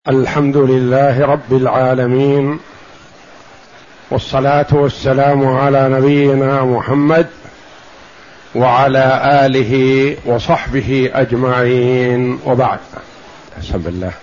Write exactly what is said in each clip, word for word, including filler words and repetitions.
الحمد لله رب العالمين، والصلاة والسلام على نبينا محمد وعلى آله وصحبه أجمعين، وبعد. بسم الله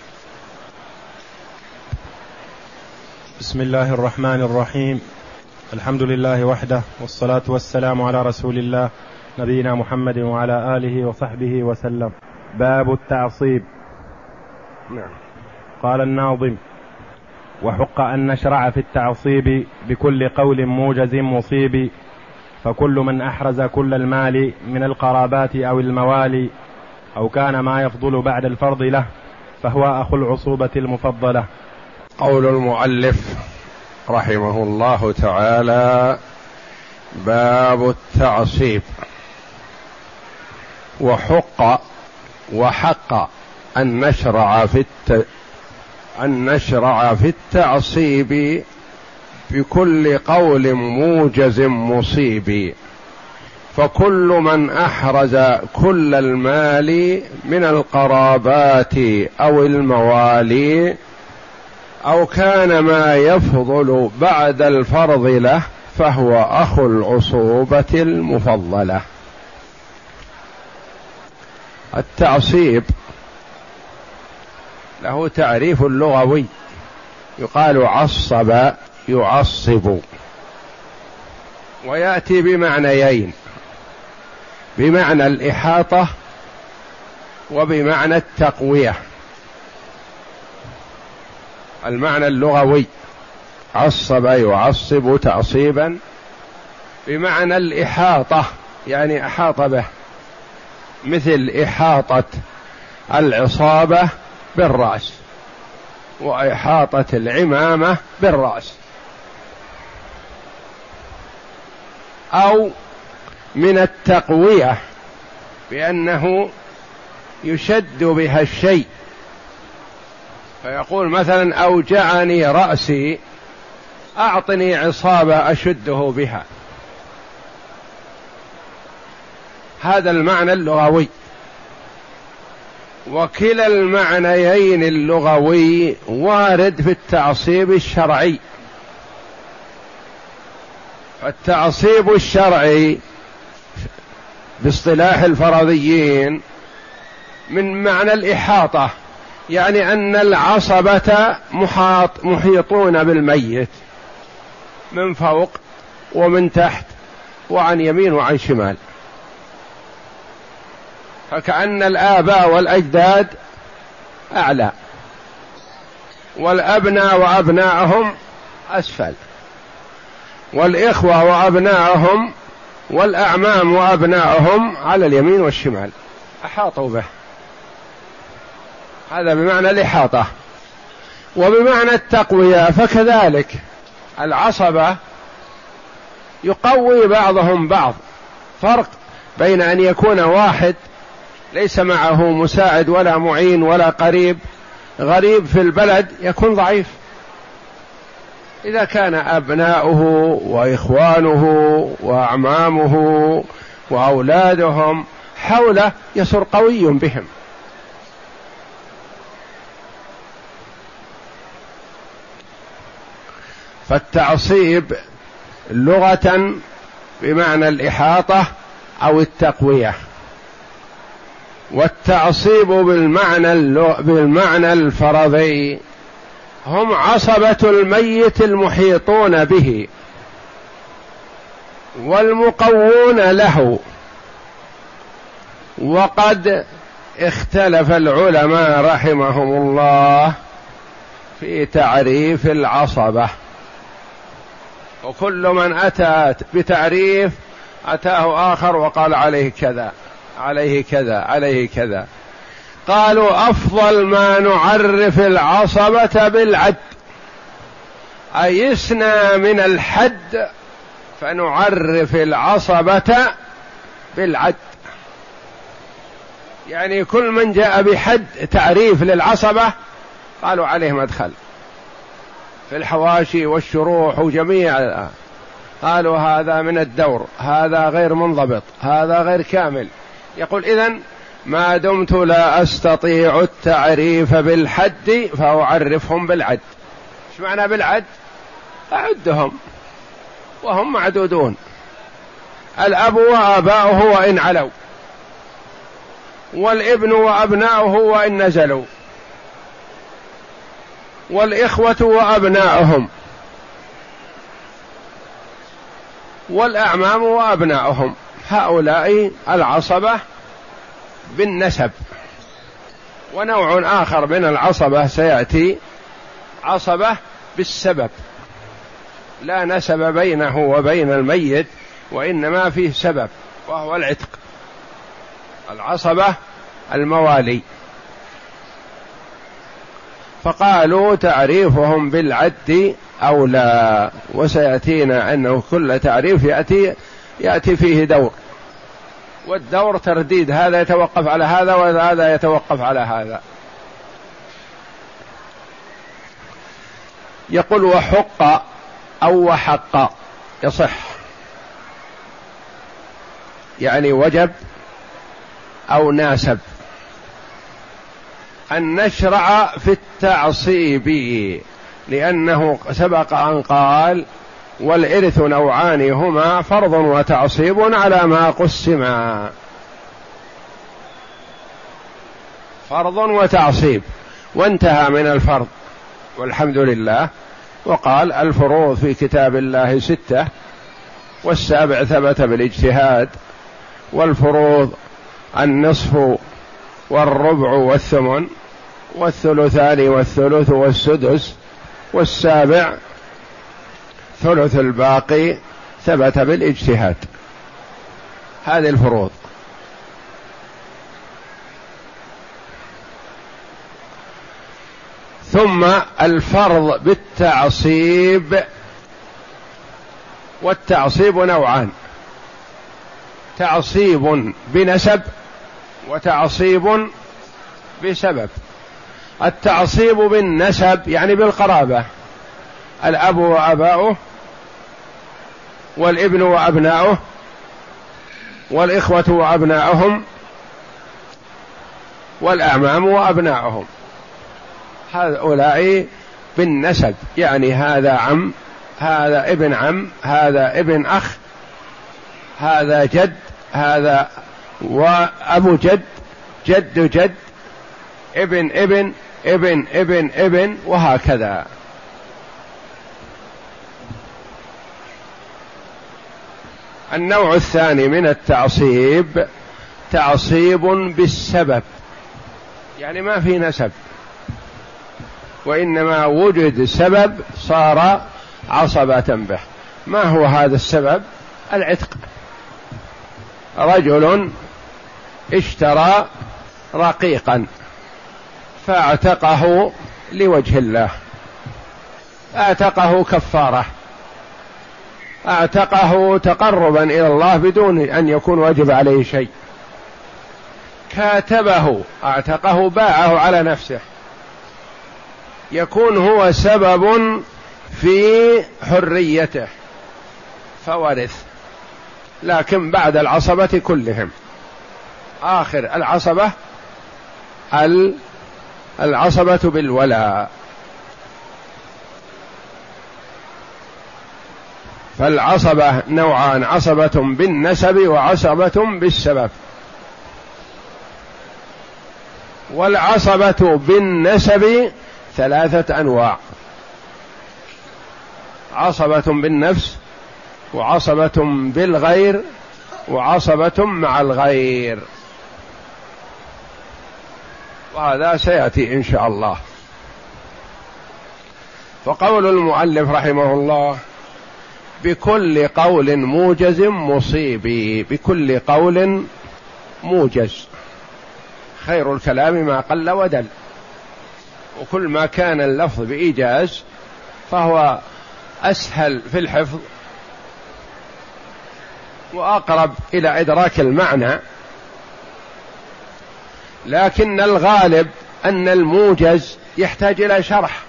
بسم الله الرحمن الرحيم. الحمد لله وحده، والصلاة والسلام على رسول الله نبينا محمد وعلى آله وصحبه وسلم. باب التعصيب. نعم. قال الناظم: وحق أن نشرع في التعصيب بكل قول موجز مصيب، فكل من أحرز كل المال من القرابات أو الموالي، أو كان ما يفضل بعد الفرض له، فهو أخو العصوبة المفضلة. قول المؤلف رحمه الله تعالى: باب التعصيب. وحق وحق أن نشرع في الت... أن نشرع في التعصيب بكل قول موجز مصيب، فكل من أحرز كل المال من القرابات أو الموالي، أو كان ما يفضل بعد الفرض له، فهو أخو العصوبة المفضلة. التعصيب له تعريف لغوي، يقال عصب يعصب، ويأتي بمعنيين: بمعنى الإحاطة وبمعنى التقوية. المعنى اللغوي عصب يعصب تعصيبا، بمعنى الإحاطة يعني أحاط به، مثل إحاطة العصابة بالرأس وإحاطة العمامة بالرأس. أو من التقوية بأنه يشد بها الشيء، فيقول مثلا: أوجعني رأسي، أعطني عصابة أشده بها. هذا المعنى اللغوي. وكلا المعنيين اللغوي وارد في التعصيب الشرعي. التعصيب الشرعي باصطلاح الفرضيين من معنى الإحاطة، يعني أن العصبة محاط محيطون بالميت من فوق ومن تحت وعن يمين وعن شمال، فكأن الآباء والأجداد أعلى، والأبناء وأبناءهم أسفل، والإخوة وأبناءهم والأعمام وأبناءهم على اليمين والشمال، أحاطوا به. هذا بمعنى الإحاطة. وبمعنى التقوية فكذلك، العصبة يقوي بعضهم بعض. فرق بين أن يكون واحد ليس معه مساعد ولا معين ولا قريب، غريب في البلد، يكون ضعيف. إذا كان أبناؤه وإخوانه وأعمامه وأولادهم حوله يصير قوي بهم. فالتعصيب لغة بمعنى الإحاطة أو التقوية، والتعصيب بالمعنى بالمعنى الفرضي هم عصبة الميت المحيطون به والمقوون له. وقد اختلف العلماء رحمهم الله في تعريف العصبة، وكل من أتى بتعريف أتاه آخر وقال عليه كذا عليه كذا عليه كذا. قالوا: أفضل ما نعرف العصبة بالعد، أيسنا من الحد فنعرف العصبة بالعد. يعني كل من جاء بحد تعريف للعصبة قالوا عليه مدخل في الحواشي والشروح وجميع، قالوا هذا من الدور، هذا غير منضبط، هذا غير كامل. يقول: إذن ما دمت لا أستطيع التعريف بالحد فأعرفهم بالعد. ايش معنى بالعد؟ أعدهم وهم معدودون، الأب وآباؤه وإن علوا، والابن وأبناؤه وإن نزلوا، والإخوة وأبناؤهم، والأعمام وأبناؤهم، هؤلاء العصبة بالنسب. ونوع آخر من العصبة سيأتي، عصبة بالسبب، لا نسب بينه وبين الميت وإنما فيه سبب وهو العتق، العصبة الموالي. فقالوا تعريفهم بالعد أولى، وسيأتينا أنه كل تعريف يأتي يأتي فيه دور، والدور ترديد، هذا يتوقف على هذا وهذا يتوقف على هذا. يقول وحق أو وحق يصح، يعني وجب أو ناسب. أن نشرع في التعصيب، لأنه سبق أن قال والإرث نوعان هما فرض وتعصيب على ما قسما، فرض وتعصيب، وانتهى من الفرض والحمد لله. وقال الفروض في كتاب الله ستة، والسابع ثبت بالاجتهاد، والفروض النصف والربع والثمن والثلثان والثلث والسدس، والسابع ثلث الباقي ثبت بالاجتهاد. هذه الفروض. ثم الفرض بالتعصيب، والتعصيب نوعان، تعصيب بنسب وتعصيب بسبب. التعصيب بالنسب يعني بالقرابة، الأب وآباؤه، والابن وأبناؤه، والإخوة وأبناؤهم، والأعمام وأبناؤهم، هؤلاء بالنسب، يعني هذا عم، هذا ابن عم، هذا ابن أخ، هذا جد، هذا وأبو جد، جد جد، ابن ابن ابن ابن ابن، وهكذا. النوع الثاني من التعصيب تعصيب بالسبب، يعني ما في نسب وإنما وجد سبب صار عصبة به. ما هو هذا السبب؟ العتق. رجل اشترى رقيقا فاعتقه لوجه الله، اعتقه كفارة، اعتقه تقربا إلى الله بدون أن يكون واجب عليه شيء، كاتبه، اعتقه، باعه على نفسه، يكون هو سبب في حريته فورث، لكن بعد العصبة كلهم. آخر العصبة العصبة بالولاء. فالعصبة نوعان، عصبة بالنسب وعصبة بالسبب. والعصبة بالنسب ثلاثة أنواع: عصبة بالنفس، وعصبة بالغير، وعصبة مع الغير، وهذا سيأتي إن شاء الله. فقول المؤلف رحمه الله: بكل قول موجز مصيبي. بكل قول موجز، خير الكلام ما قل ودل، وكل ما كان اللفظ بإيجاز فهو أسهل في الحفظ وأقرب إلى إدراك المعنى. لكن الغالب أن الموجز يحتاج إلى شرح،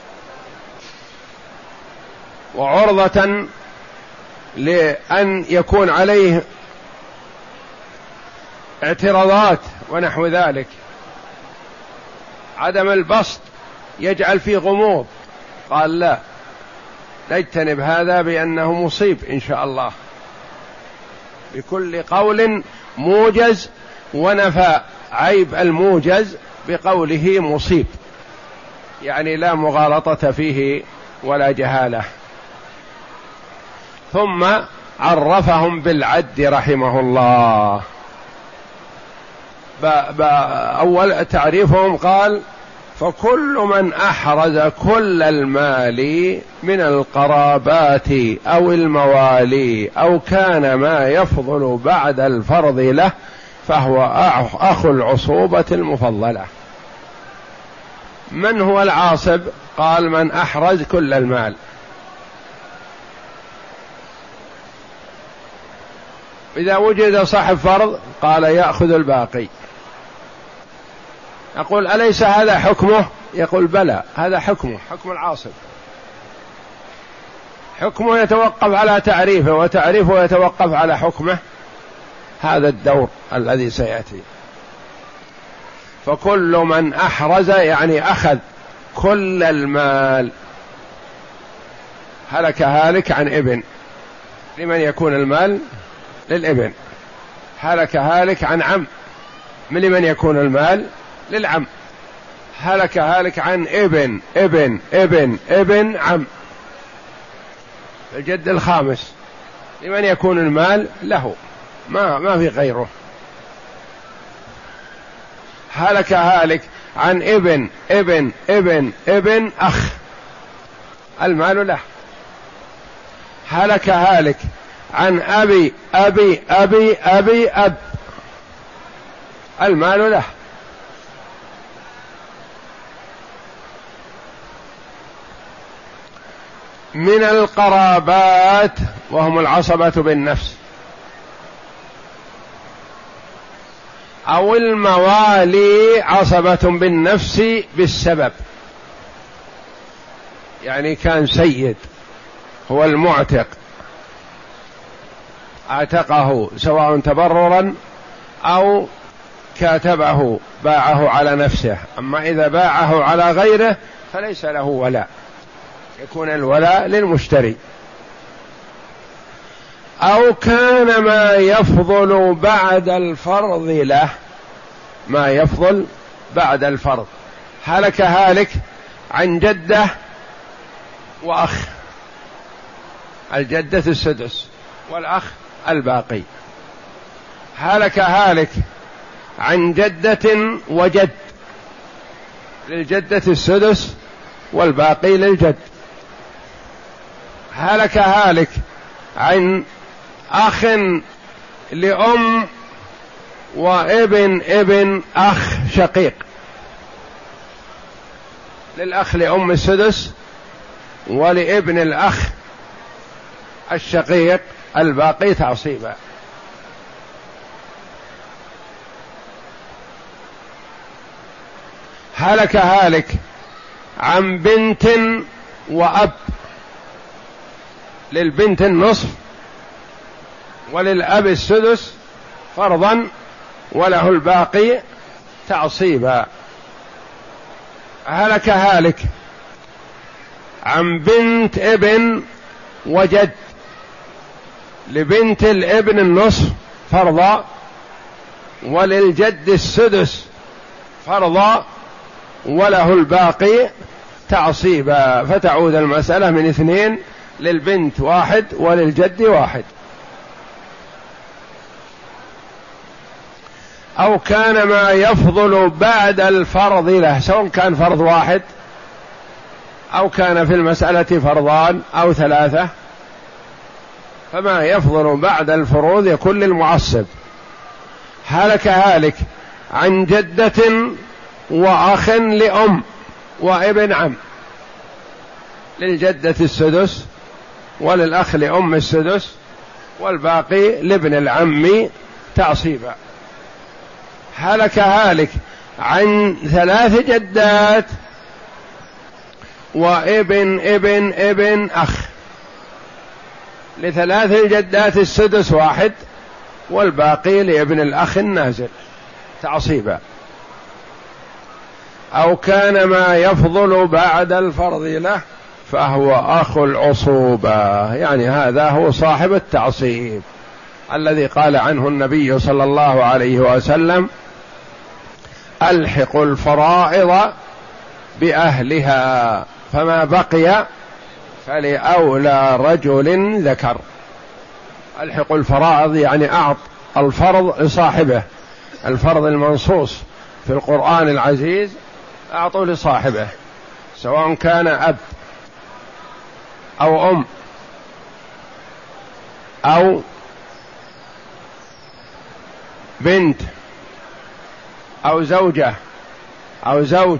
وعرضة لأن يكون عليه اعتراضات ونحو ذلك. عدم البسط يجعل فيه غموض، قال لا، نجتنب هذا بأنه مصيب إن شاء الله، بكل قول موجز، ونفى عيب الموجز بقوله مصيب، يعني لا مغالطة فيه ولا جهالة. ثم عرفهم بالعد رحمه الله. أول تعريفهم قال: فكل من أحرز كل المال من القرابات أو الموالي أو كان ما يفضل بعد الفرض له فهو أخو العصوبة المفضلة. من هو العاصب؟ قال: من أحرز كل المال. إذا وجد صاحب فرض قال: يأخذ الباقي. يقول: أليس هذا حكمه؟ يقول: بلى، هذا حكمه، حكم العاصب. حكمه يتوقف على تعريفه، وتعريفه يتوقف على حكمه. هذا الدور الذي سيأتي. فكل من أحرز يعني أخذ كل المال. هلك هالك عن ابن، لمن يكون المال؟ للابن. هلك هالك عن عم، من لمن يكون المال؟ للعم. هلك هالك عن ابن ابن ابن ابن عم، الجد الخامس، لمن يكون المال؟ له، ما ما في غيره. هلك هالك عن ابن ابن ابن ابن أخ، المال له. هلك هالك عن أبي أبي أبي أبي أب، المال له. من القرابات وهم العصبة بالنفس أو الموالي عصبة بالنفس بالسبب، يعني كان سيد هو المعتق، اعتقه سواء تبررا أو كاتبه باعه على نفسه. أما إذا باعه على غيره فليس له ولاء، يكون الولاء للمشتري. أو كان ما يفضل بعد الفرض له، ما يفضل بعد الفرض. هلك هالك عن جدة وأخ، الجدة السدس والأخ الباقي. هلك هالك عن جدة وجد، للجدة السدس والباقي للجد. هلك هالك عن أخ لأم وابن ابن أخ شقيق، للأخ لأم السدس ولابن الأخ الشقيق الباقي تعصيبا. هلك هالك عن بنت وأب، للبنت النصف وللأب السدس فرضا وله الباقي تعصيبا. هلك هالك عن بنت ابن وجد، لبنت الابن النصف فرضا وللجد السدس فرضا وله الباقي تعصيبا، فتعود المسألة من اثنين، للبنت واحد وللجد واحد. أو كان ما يفضل بعد الفرض له، سواء كان فرض واحد أو كان في المسألة فرضان أو ثلاثة، فما يفضل بعد الفروض يكون للمعصب. هلك هالك عن جدة وأخ لأم وابن عم، للجدة السدس وللأخ لأم السدس والباقي لابن العم تعصيبا. هلك هالك عن ثلاث جدات وابن ابن ابن أخ، لثلاث الجدات السدس واحد والباقي لابن الأخ النازل تعصيبا. أو كان ما يفضل بعد الفرض له فهو أخو العصوبة، يعني هذا هو صاحب التعصيب الذي قال عنه النبي صلى الله عليه وسلم: ألحق الفرائض بأهلها فما بقي فلأولى رجل ذكر. ألحق الفرائض يعني أعط الفرض لصاحبه، الفرض المنصوص في القرآن العزيز أعطوا لصاحبه، سواء كان أب أو أم أو بنت أو زوجة أو زوج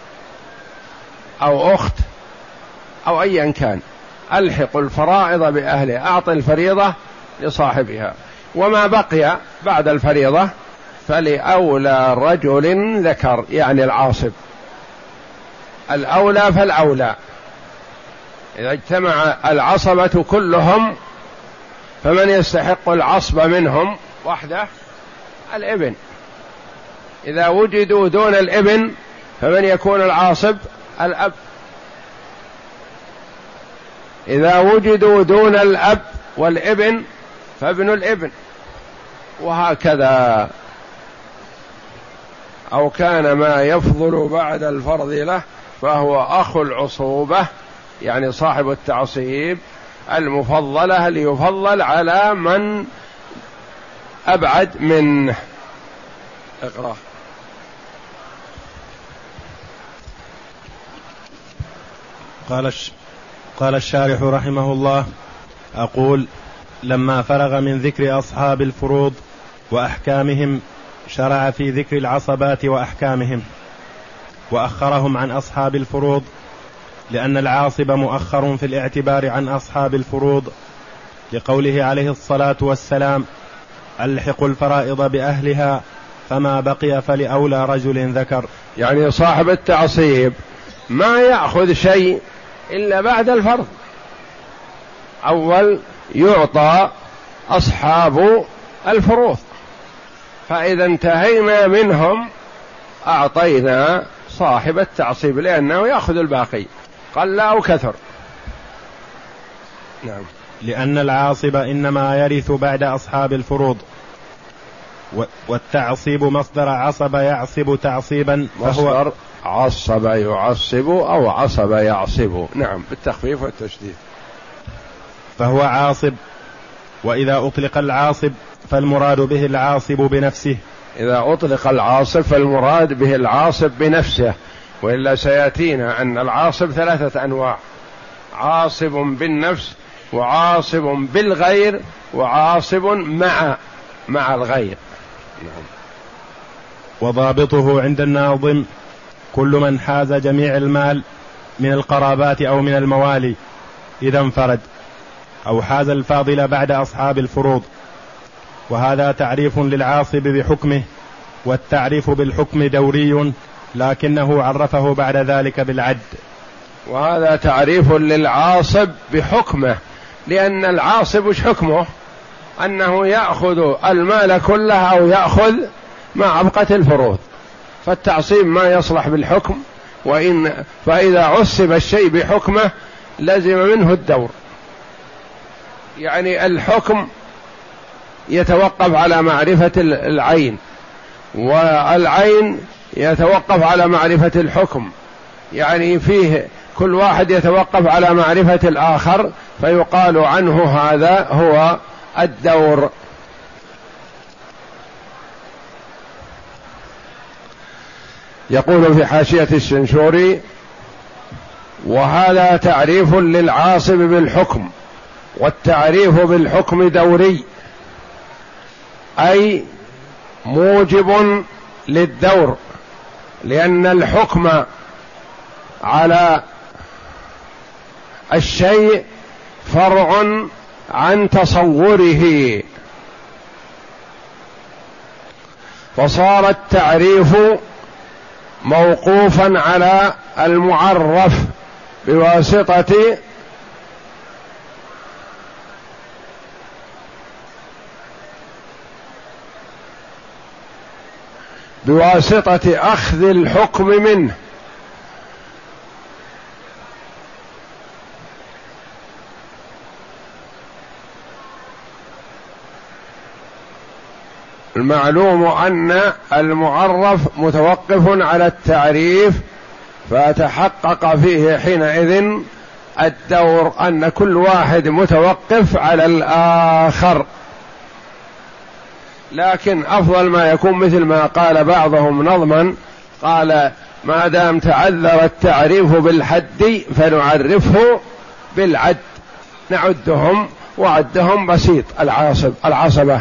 أو أخت أو أيا كان. ألحق الفرائض بأهلها، أعطي الفريضة لصاحبها، وما بقي بعد الفريضة فلأولى رجل ذكر، يعني العاصب. الأولى فالأولى، إذا اجتمع العصبة كلهم فمن يستحق العصب منهم وحده؟ الابن. إذا وجدوا دون الابن فمن يكون العاصب؟ الأب. إذا وجدوا دون الأب والابن فابن الابن، وهكذا. أو كان ما يفضل بعد الفرض له فهو أخو العصوبة، يعني صاحب التعصيب المفضلة ليفضل على من أبعد منه. اقرأ. قال قال الشارح رحمه الله: أقول: لما فرغ من ذكر أصحاب الفروض وأحكامهم شرع في ذكر العصبات وأحكامهم، وأخرهم عن أصحاب الفروض، لأن العاصب مؤخر في الاعتبار عن أصحاب الفروض، لقوله عليه الصلاة والسلام: ألحق الفرائض بأهلها فما بقي فلأولى رجل ذكر. يعني صاحب التعصيب ما يأخذ شيء إلا بعد الفرض، أول يعطى أصحاب الفروض، فإذا انتهينا منهم أعطينا صاحب التعصيب لأنه يأخذ الباقي قل أو كثر. نعم. لأن العاصب إنما يرث بعد أصحاب الفروض، والتعصيب مصدر عصب يعصب تعصيبا، فهو مصدر عصب يعصب أو عصب يعصب، نعم، بالتخفيف والتشديد، فهو عاصب. وإذا أطلق العاصب فالمراد به العاصب بنفسه. إذا أطلق العاصب فالمراد به العاصب بنفسه، وإلا سيأتينا أن العاصب ثلاثة أنواع: عاصب بالنفس، وعاصب بالغير، وعاصب مع مع الغير. وضابطه عند الناظم: كل من حاز جميع المال من القرابات أو من الموالي إذا انفرد، أو حاز الفاضل بعد أصحاب الفروض. وهذا تعريف للعاصب بحكمه، والتعريف بالحكم دوري، لكنه عرفه بعد ذلك بالعد. وهذا تعريف للعاصب بحكمه، لأن العاصب وش حكمه؟ أنه يأخذ المال كله أو يأخذ ما أبقت الفروض، فالتعصيب ما يصلح بالحكم، وإن فإذا عصب الشيء بحكمه لزم منه الدور. يعني الحكم يتوقف على معرفة العين، والعين يتوقف على معرفة الحكم، يعني فيه كل واحد يتوقف على معرفة الآخر، فيقال عنه هذا هو الدور. يقول في حاشية الشنشوري: وهذا تعريف للعاصب بالحكم، والتعريف بالحكم دوري، أي موجب للدور، لأن الحكم على الشيء فرع عن تصوره، فصار التعريف موقوفا على المعرف بواسطة بواسطة أخذ الحكم منه. المعلوم أن المعرف متوقف على التعريف، فتحقق فيه حينئذ الدور أن كل واحد متوقف على الآخر. لكن أفضل ما يكون مثل ما قال بعضهم نظما، قال: ما دام تعذر التعريف بالحد فنعرفه بالعد، نعدهم وعدهم بسيط، العاصب العصبة.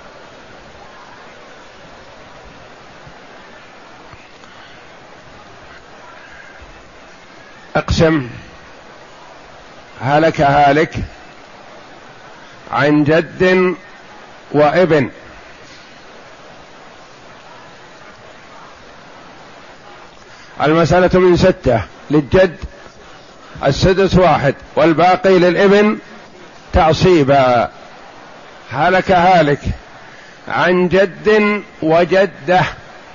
اقسم هلك هالك عن جد وابن. المسألة من ستة، للجد السدس واحد والباقي للابن تعصيبا. هلك هالك عن جد وجدة.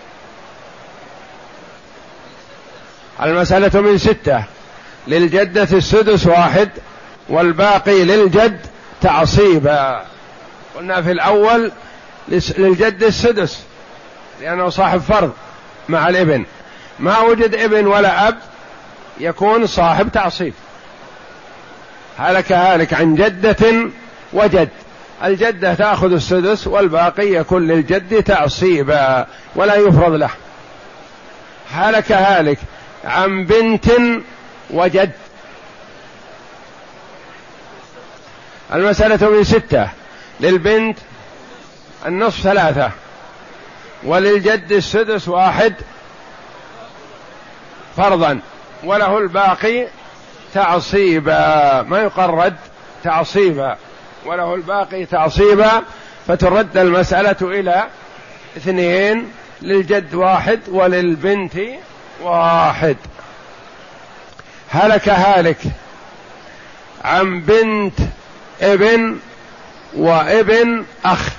المسألة من ستة، للجدة السدس واحد والباقي للجد تعصيبا. قلنا في الأول للجد السدس لأنه صاحب فرض مع الابن، ما وجد ابن ولا أب يكون صاحب تعصيب. هلك هالك عن جدة وجد، الجدة تأخذ السدس والباقي يكون للجد تعصيبا ولا يفرض له. هلك هالك عن بنت وجد. المسألة من ستة، للبنت النصف ثلاثة وللجد السدس واحد فرضا وله الباقي تعصيبا، ما يقرد تعصيبا، وله الباقي تعصيبا، فترد المسألة إلى اثنين، للجد واحد وللبنت واحد. هلك هالك عن بنت ابن وابن أخ.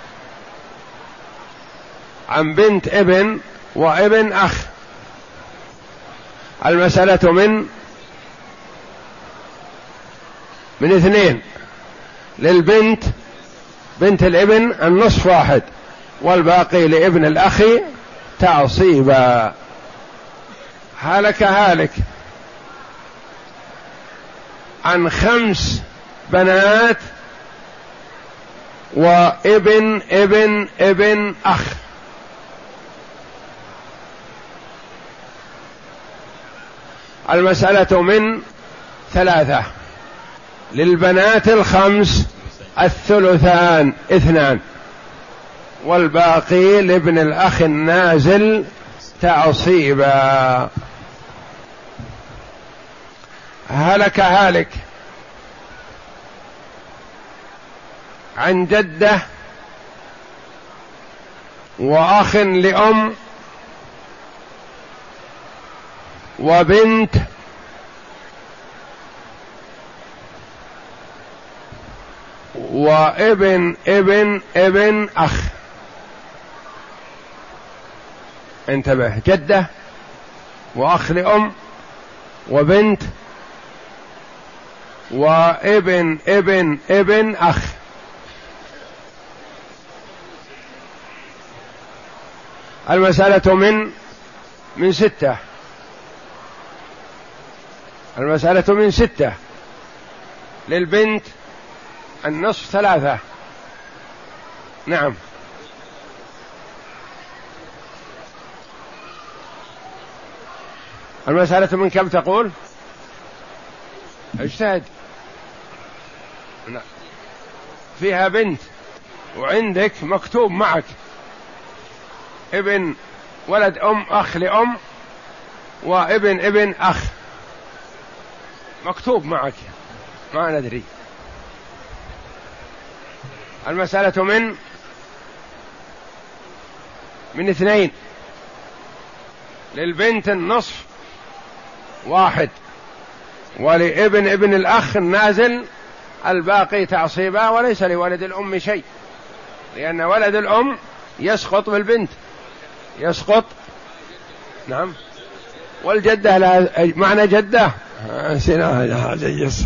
عن بنت ابن وابن أخ. المسألة من من اثنين، للبنت بنت الابن النصف واحد والباقي لابن الأخ تعصيبا. هلك هالك عن خمس بنات وابن ابن ابن أخ. المسألة من ثلاثة، للبنات الخمس الثلثان اثنان والباقي لابن الأخ النازل تعصيبا. هلك هالك عن جدة وأخ لأم وبنت وابن ابن ابن أخ. انتبه، جدة وأخ لأم وبنت وابن ابن ابن أخ. المسألة من من ستة. المسألة من ستة، للبنت النصف ثلاثة. نعم. المسألة من كم تقول؟ اجتهد. فيها بنت وعندك مكتوب معك ابن ولد أم أخ لأم وابن ابن أخ مكتوب معك، ما ندري. المسألة من من اثنين، للبنت النصف واحد ولابن ابن الأخ النازل الباقي تعصيبا، وليس لولد الأم شيء، لأن ولد الأم يسقط بالبنت يسقط. نعم. والجدة لا معنى جدة سناها جيس.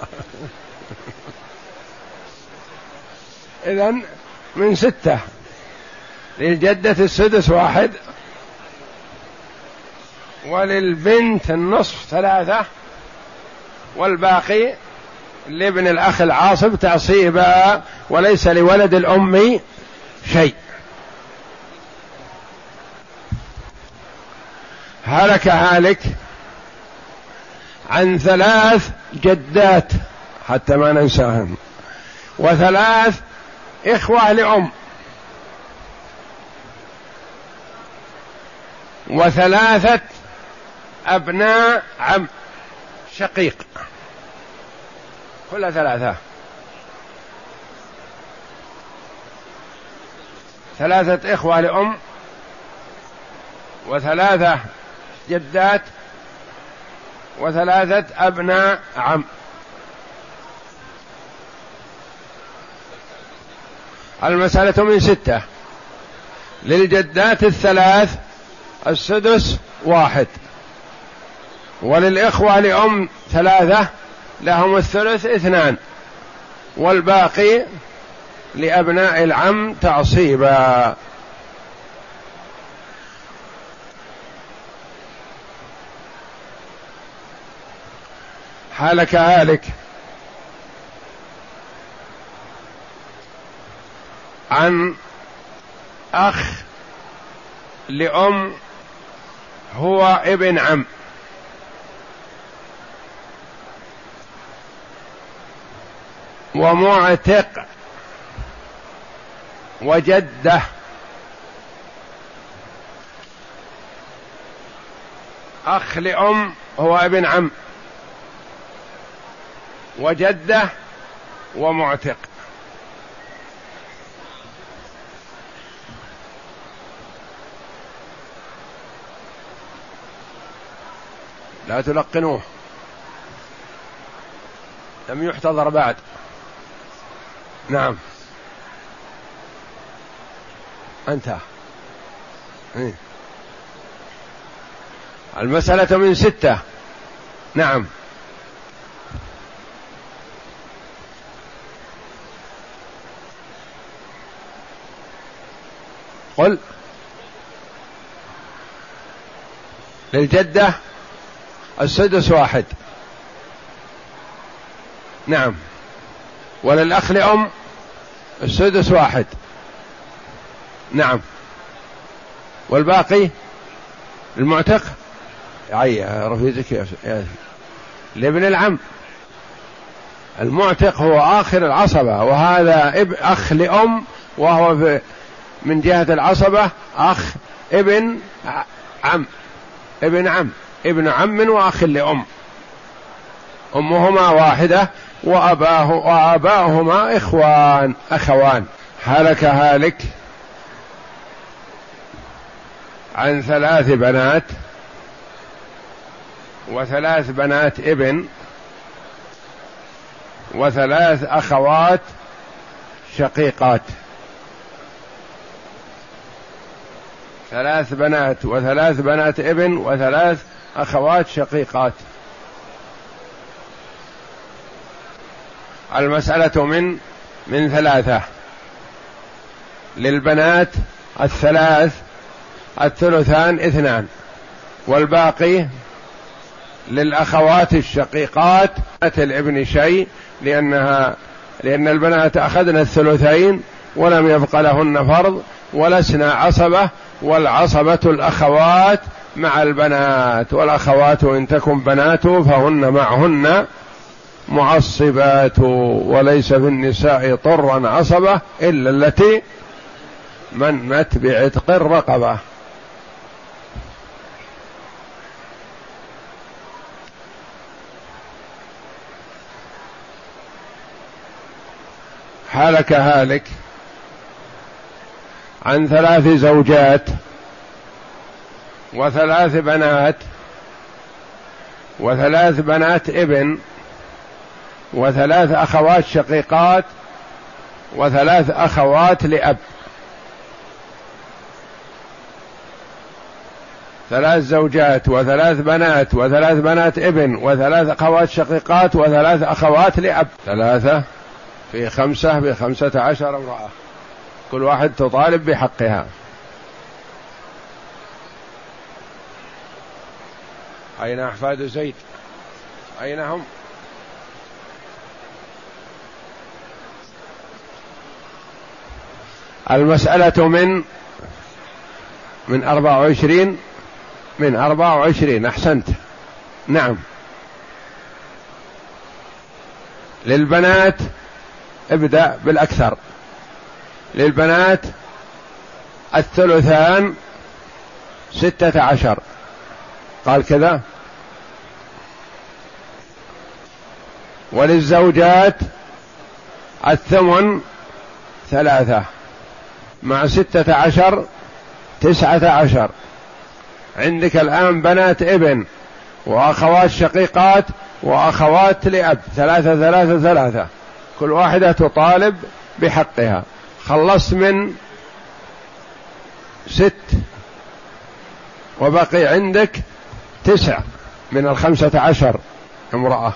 إذن من ستة، للجدة السدس واحد، وللبنت النصف ثلاثة، والباقي لابن الأخ العاصب تعصيبا، وليس لولد الأم شيء. هلك هالك عن ثلاث جدات حتى ما ننساهم، وثلاث إخوة لأم، وثلاثة أبناء عم شقيق، كل ثلاثة، ثلاثة إخوة لأم، وثلاثة جدات، وثلاثة أبناء عم. المسألة من ستة، للجدات الثلاث السدس واحد، وللإخوة لأم ثلاثة لهم الثلث اثنان، والباقي لأبناء العم تعصيبا. حالك هالك عن أخ لأم هو ابن عم، ومعتق، وجدة، أخ لأم هو ابن عم، وجدة، ومعتق. لا تلقنوه، لم يحتضر بعد. نعم أنت. إيه؟ المسألة من ستة. نعم. قل. للجدة السدس واحد. نعم. وللأخ لأم السدس واحد. نعم. والباقي المعتق أي رفيقك يا لابن العم. المعتق هو آخر العصبة، وهذا اب أخ لأم، وهو في من جهة العصبة أخ ابن عم، ابن عم، ابن عم وأخ لأم، أمهما واحدة وأباه وآباؤهما إخوان أخوان. هلك هالك عن ثلاث بنات، وثلاث بنات ابن، وثلاث أخوات شقيقات. ثلاث بنات وثلاث بنات ابن وثلاث أخوات شقيقات. المسألة من من ثلاثة، للبنات الثلاث الثلثان اثنان، والباقي للأخوات الشقيقات الابن شيء، لأنها لأن البنات أخذن الثلثين ولم يبق لهن فرض، ولسن عصبة، والعصبة الأخوات مع البنات، والأخوات إن تكن بنات فهن معهن معصبات، وليس في النساء طرا عصبة إلا التي منت بعتق الرقبة. هلك هالك عن ثلاث زوجات، وثلاث بنات، وثلاث بنات ابن، وثلاث أخوات شقيقات، وثلاث أخوات لأب. ثلاث زوجات وثلاث بنات وثلاث بنات ابن وثلاث أخوات شقيقات وثلاث أخوات لأب، ثلاثة في خمسة بخمسة عشر امرأة، كل واحد تطالب بحقها. أين أحفاد زيد؟ أين هم؟ المسألة من من أربعة وعشرين من أربعة وعشرين أحسنت. نعم. للبنات ابدأ بالأكثر. للبنات الثلثان ستة عشر، قال كذا. وللزوجات الثمن ثلاثة مع ستة عشر تسعة عشر. عندك الآن بنات ابن وأخوات شقيقات وأخوات لأب، ثلاثة ثلاثة ثلاثة، كل واحدة تطالب بحقها. خلصت من ست وبقي عندك تسع من الخمسة عشر امرأة.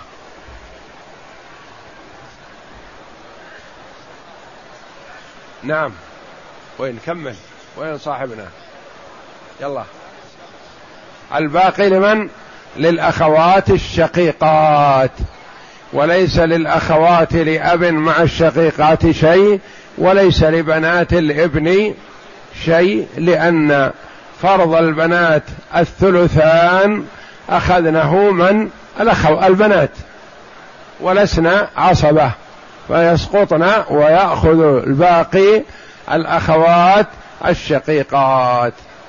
نعم. وين كمل؟ وين صاحبنا؟ يلا. الباقي لمن؟ للأخوات الشقيقات، وليس للأخوات لأب مع الشقيقات شيء، وليس لبنات الابن شيء، لأن فرض البنات الثلثان أخذنه من الأخو البنات، ولسنا عصبة، فيسقطنا ويأخذ الباقي الأخوات الشقيقات.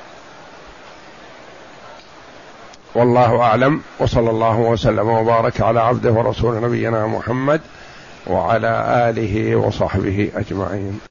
والله أعلم، وصلى الله وسلم وبارك على عبده ورسول نبينا محمد وعلى آله وصحبه أجمعين.